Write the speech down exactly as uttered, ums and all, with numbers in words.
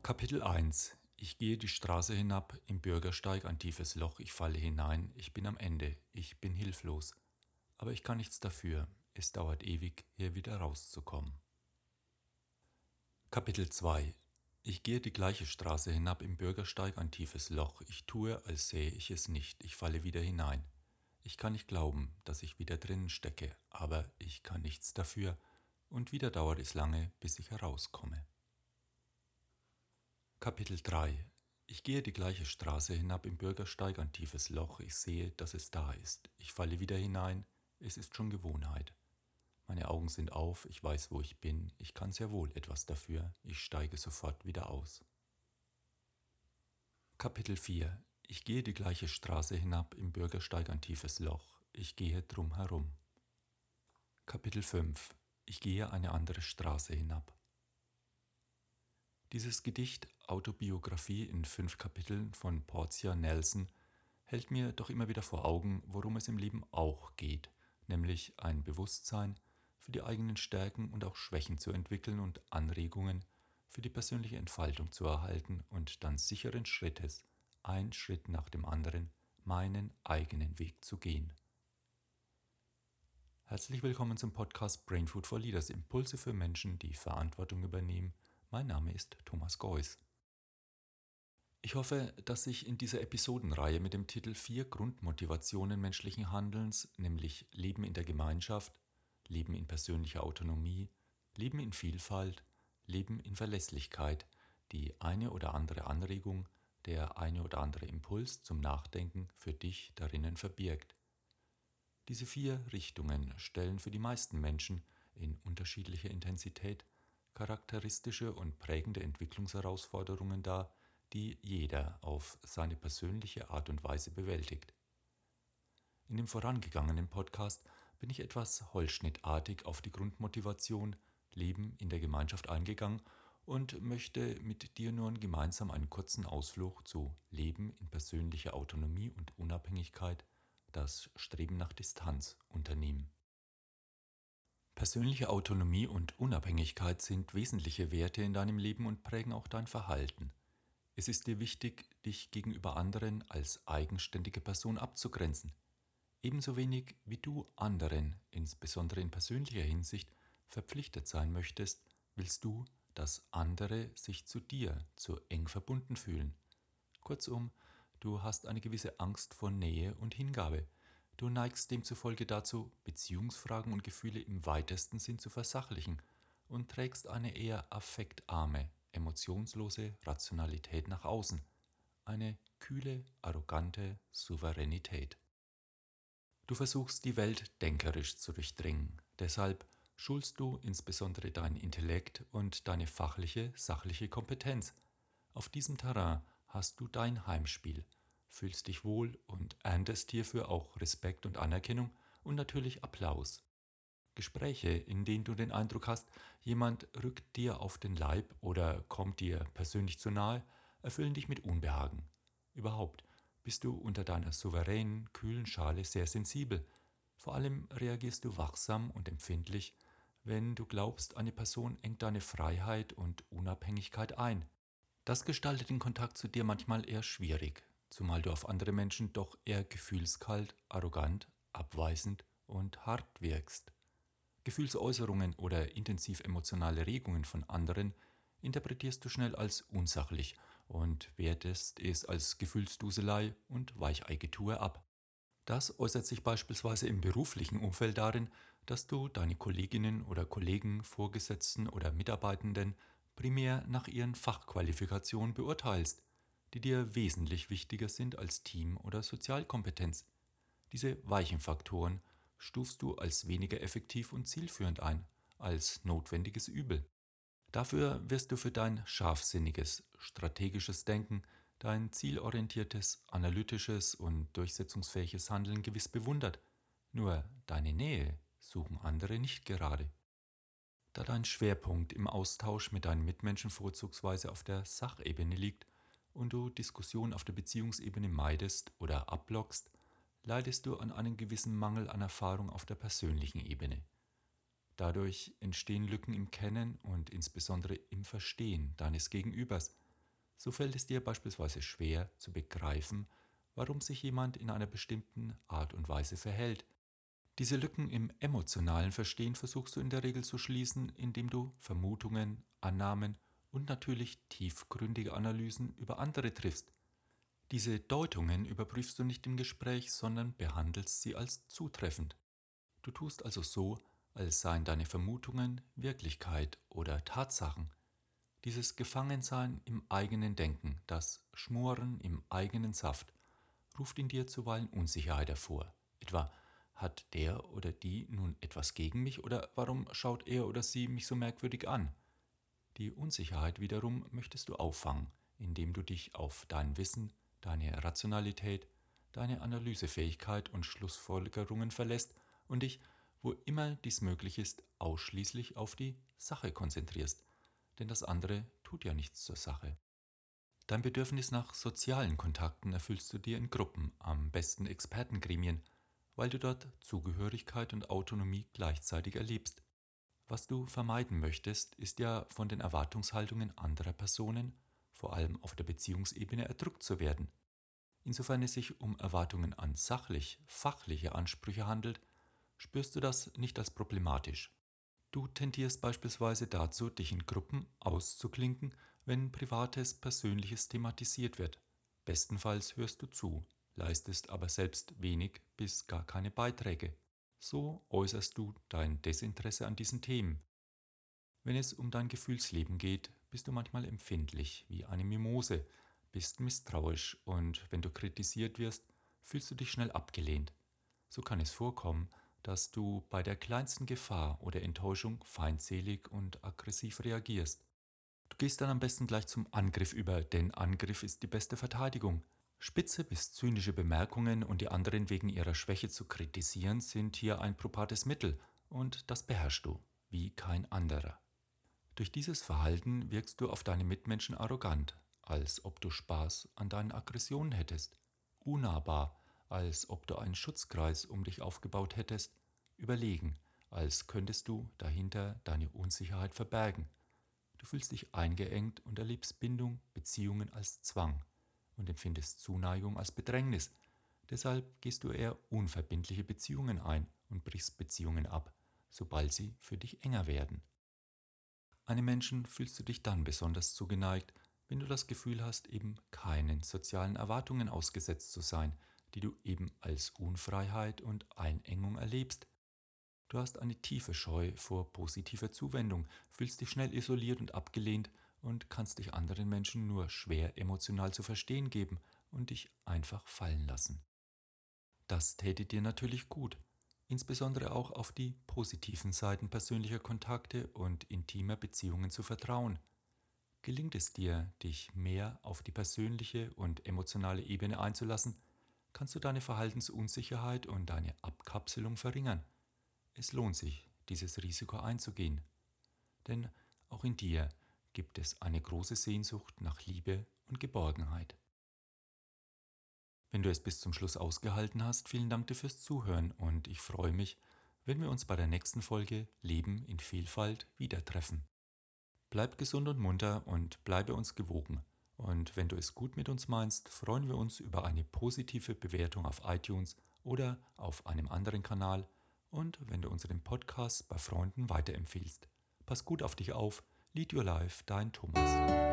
Kapitel eins. Ich gehe die Straße hinab, im Bürgersteig ein tiefes Loch, ich falle hinein, ich bin am Ende, ich bin hilflos. Aber ich kann nichts dafür, es dauert ewig, hier wieder rauszukommen. Kapitel zwei. Ich gehe die gleiche Straße hinab, im Bürgersteig ein tiefes Loch, ich tue, als sähe ich es nicht, ich falle wieder hinein. Ich kann nicht glauben, dass ich wieder drinnen stecke, aber ich kann nichts dafür, und wieder dauert es lange, bis ich herauskomme. Kapitel drei. Ich gehe die gleiche Straße hinab, im Bürgersteig ein tiefes Loch, ich sehe, dass es da ist. Ich falle wieder hinein, es ist schon Gewohnheit. Meine Augen sind auf, ich weiß, wo ich bin, ich kann sehr wohl etwas dafür, ich steige sofort wieder aus. Kapitel vier. Ich gehe die gleiche Straße hinab, im Bürgersteig ein tiefes Loch, ich gehe drum herum. Kapitel fünf. Ich gehe eine andere Straße hinab. Dieses Gedicht Autobiografie in fünf Kapiteln von Portia Nelson hält mir doch immer wieder vor Augen, worum es im Leben auch geht, nämlich ein Bewusstsein für die eigenen Stärken und auch Schwächen zu entwickeln und Anregungen für die persönliche Entfaltung zu erhalten und dann sicheren Schrittes, ein Schritt nach dem anderen, meinen eigenen Weg zu gehen. Herzlich willkommen zum Podcast Brain Food for Leaders, Impulse für Menschen, die Verantwortung übernehmen. Mein Name ist Thomas Geuss. Ich hoffe, dass ich in dieser Episodenreihe mit dem Titel Vier Grundmotivationen menschlichen Handelns, nämlich Leben in der Gemeinschaft, Leben in persönlicher Autonomie, Leben in Vielfalt, Leben in Verlässlichkeit, die eine oder andere Anregung, der eine oder andere Impuls zum Nachdenken für dich darinnen verbirgt. Diese vier Richtungen stellen für die meisten Menschen in unterschiedlicher Intensität charakteristische und prägende Entwicklungsherausforderungen dar, die jeder auf seine persönliche Art und Weise bewältigt. In dem vorangegangenen Podcast bin ich etwas holzschnittartig auf die Grundmotivation Leben in der Gemeinschaft eingegangen und möchte mit dir nun gemeinsam einen kurzen Ausflug zu Leben in persönlicher Autonomie und Unabhängigkeit, das Streben nach Distanz, unternehmen. Persönliche Autonomie und Unabhängigkeit sind wesentliche Werte in deinem Leben und prägen auch dein Verhalten. Es ist dir wichtig, dich gegenüber anderen als eigenständige Person abzugrenzen. Ebenso wenig wie du anderen, insbesondere in persönlicher Hinsicht, verpflichtet sein möchtest, willst du, dass andere sich zu dir zu eng verbunden fühlen. Kurzum, du hast eine gewisse Angst vor Nähe und Hingabe. Du neigst demzufolge dazu, Beziehungsfragen und Gefühle im weitesten Sinn zu versachlichen und trägst eine eher affektarme, emotionslose Rationalität nach außen, eine kühle, arrogante Souveränität. Du versuchst die Welt denkerisch zu durchdringen, deshalb schulst du insbesondere deinen Intellekt und deine fachliche, sachliche Kompetenz. Auf diesem Terrain hast du dein Heimspiel, fühlst dich wohl und erntest hierfür auch Respekt und Anerkennung und natürlich Applaus. Gespräche, in denen du den Eindruck hast, jemand rückt dir auf den Leib oder kommt dir persönlich zu nahe, erfüllen dich mit Unbehagen. Überhaupt bist du unter deiner souveränen, kühlen Schale sehr sensibel. Vor allem reagierst du wachsam und empfindlich, wenn du glaubst, eine Person engt deine Freiheit und Unabhängigkeit ein. Das gestaltet den Kontakt zu dir manchmal eher schwierig, zumal du auf andere Menschen doch eher gefühlskalt, arrogant, abweisend und hart wirkst. Gefühlsäußerungen oder intensiv emotionale Regungen von anderen interpretierst du schnell als unsachlich und wertest es als Gefühlsduselei und Weicheigetue ab. Das äußert sich beispielsweise im beruflichen Umfeld darin, dass du deine Kolleginnen oder Kollegen, Vorgesetzten oder Mitarbeitenden primär nach ihren Fachqualifikationen beurteilst, die dir wesentlich wichtiger sind als Team- oder Sozialkompetenz. Diese weichen Faktoren stufst du als weniger effektiv und zielführend ein, als notwendiges Übel. Dafür wirst du für dein scharfsinniges, strategisches Denken, dein zielorientiertes, analytisches und durchsetzungsfähiges Handeln gewiss bewundert. Nur deine Nähe suchen andere nicht gerade. Da dein Schwerpunkt im Austausch mit deinen Mitmenschen vorzugsweise auf der Sachebene liegt und du Diskussionen auf der Beziehungsebene meidest oder abblockst, leidest du an einem gewissen Mangel an Erfahrung auf der persönlichen Ebene. Dadurch entstehen Lücken im Kennen und insbesondere im Verstehen deines Gegenübers. So fällt es dir beispielsweise schwer zu begreifen, warum sich jemand in einer bestimmten Art und Weise verhält. Diese Lücken im emotionalen Verstehen versuchst du in der Regel zu schließen, indem du Vermutungen, Annahmen und natürlich tiefgründige Analysen über andere triffst. Diese Deutungen überprüfst du nicht im Gespräch, sondern behandelst sie als zutreffend. Du tust also so, als seien deine Vermutungen Wirklichkeit oder Tatsachen. Dieses Gefangensein im eigenen Denken, das Schmoren im eigenen Saft, ruft in dir zuweilen Unsicherheit hervor. Etwa, hat der oder die nun etwas gegen mich oder warum schaut er oder sie mich so merkwürdig an? Die Unsicherheit wiederum möchtest du auffangen, indem du dich auf dein Wissen, deine Rationalität, deine Analysefähigkeit und Schlussfolgerungen verlässt und dich, wo immer dies möglich ist, ausschließlich auf die Sache konzentrierst, denn das andere tut ja nichts zur Sache. Dein Bedürfnis nach sozialen Kontakten erfüllst du dir in Gruppen, am besten Expertengremien, weil du dort Zugehörigkeit und Autonomie gleichzeitig erlebst. Was du vermeiden möchtest, ist ja von den Erwartungshaltungen anderer Personen, vor allem auf der Beziehungsebene, erdrückt zu werden. Insofern es sich um Erwartungen an sachlich, fachliche Ansprüche handelt, spürst du das nicht als problematisch. Du tendierst beispielsweise dazu, dich in Gruppen auszuklinken, wenn Privates, Persönliches thematisiert wird. Bestenfalls hörst du zu, leistest aber selbst wenig bis gar keine Beiträge. So äußerst du dein Desinteresse an diesen Themen. Wenn es um dein Gefühlsleben geht, bist du manchmal empfindlich wie eine Mimose, bist misstrauisch und wenn du kritisiert wirst, fühlst du dich schnell abgelehnt. So kann es vorkommen, dass du bei der kleinsten Gefahr oder Enttäuschung feindselig und aggressiv reagierst. Du gehst dann am besten gleich zum Angriff über, denn Angriff ist die beste Verteidigung. Spitze bis zynische Bemerkungen und die anderen wegen ihrer Schwäche zu kritisieren, sind hier ein probates Mittel und das beherrschst du, wie kein anderer. Durch dieses Verhalten wirkst du auf deine Mitmenschen arrogant, als ob du Spaß an deinen Aggressionen hättest, unnahbar, als ob du einen Schutzkreis um dich aufgebaut hättest, überlegen, als könntest du dahinter deine Unsicherheit verbergen. Du fühlst dich eingeengt und erlebst Bindung, Beziehungen als Zwang und empfindest Zuneigung als Bedrängnis. Deshalb gehst du eher unverbindliche Beziehungen ein und brichst Beziehungen ab, sobald sie für dich enger werden. Einem Menschen fühlst du dich dann besonders zugeneigt, wenn du das Gefühl hast, eben keinen sozialen Erwartungen ausgesetzt zu sein, die du eben als Unfreiheit und Einengung erlebst. Du hast eine tiefe Scheu vor positiver Zuwendung, fühlst dich schnell isoliert und abgelehnt und kannst dich anderen Menschen nur schwer emotional zu verstehen geben und dich einfach fallen lassen. Das täte dir natürlich gut, insbesondere auch auf die positiven Seiten persönlicher Kontakte und intimer Beziehungen zu vertrauen. Gelingt es dir, dich mehr auf die persönliche und emotionale Ebene einzulassen, kannst du deine Verhaltensunsicherheit und deine Abkapselung verringern. Es lohnt sich, dieses Risiko einzugehen, denn auch in dir gibt es eine große Sehnsucht nach Liebe und Geborgenheit. Wenn du es bis zum Schluss ausgehalten hast, vielen Dank dir fürs Zuhören und ich freue mich, wenn wir uns bei der nächsten Folge Leben in Vielfalt wieder treffen. Bleib gesund und munter und bleibe uns gewogen. Und wenn du es gut mit uns meinst, freuen wir uns über eine positive Bewertung auf iTunes oder auf einem anderen Kanal und wenn du unseren Podcast bei Freunden weiterempfiehlst. Pass gut auf dich auf. Lead Your Life, dein Thomas.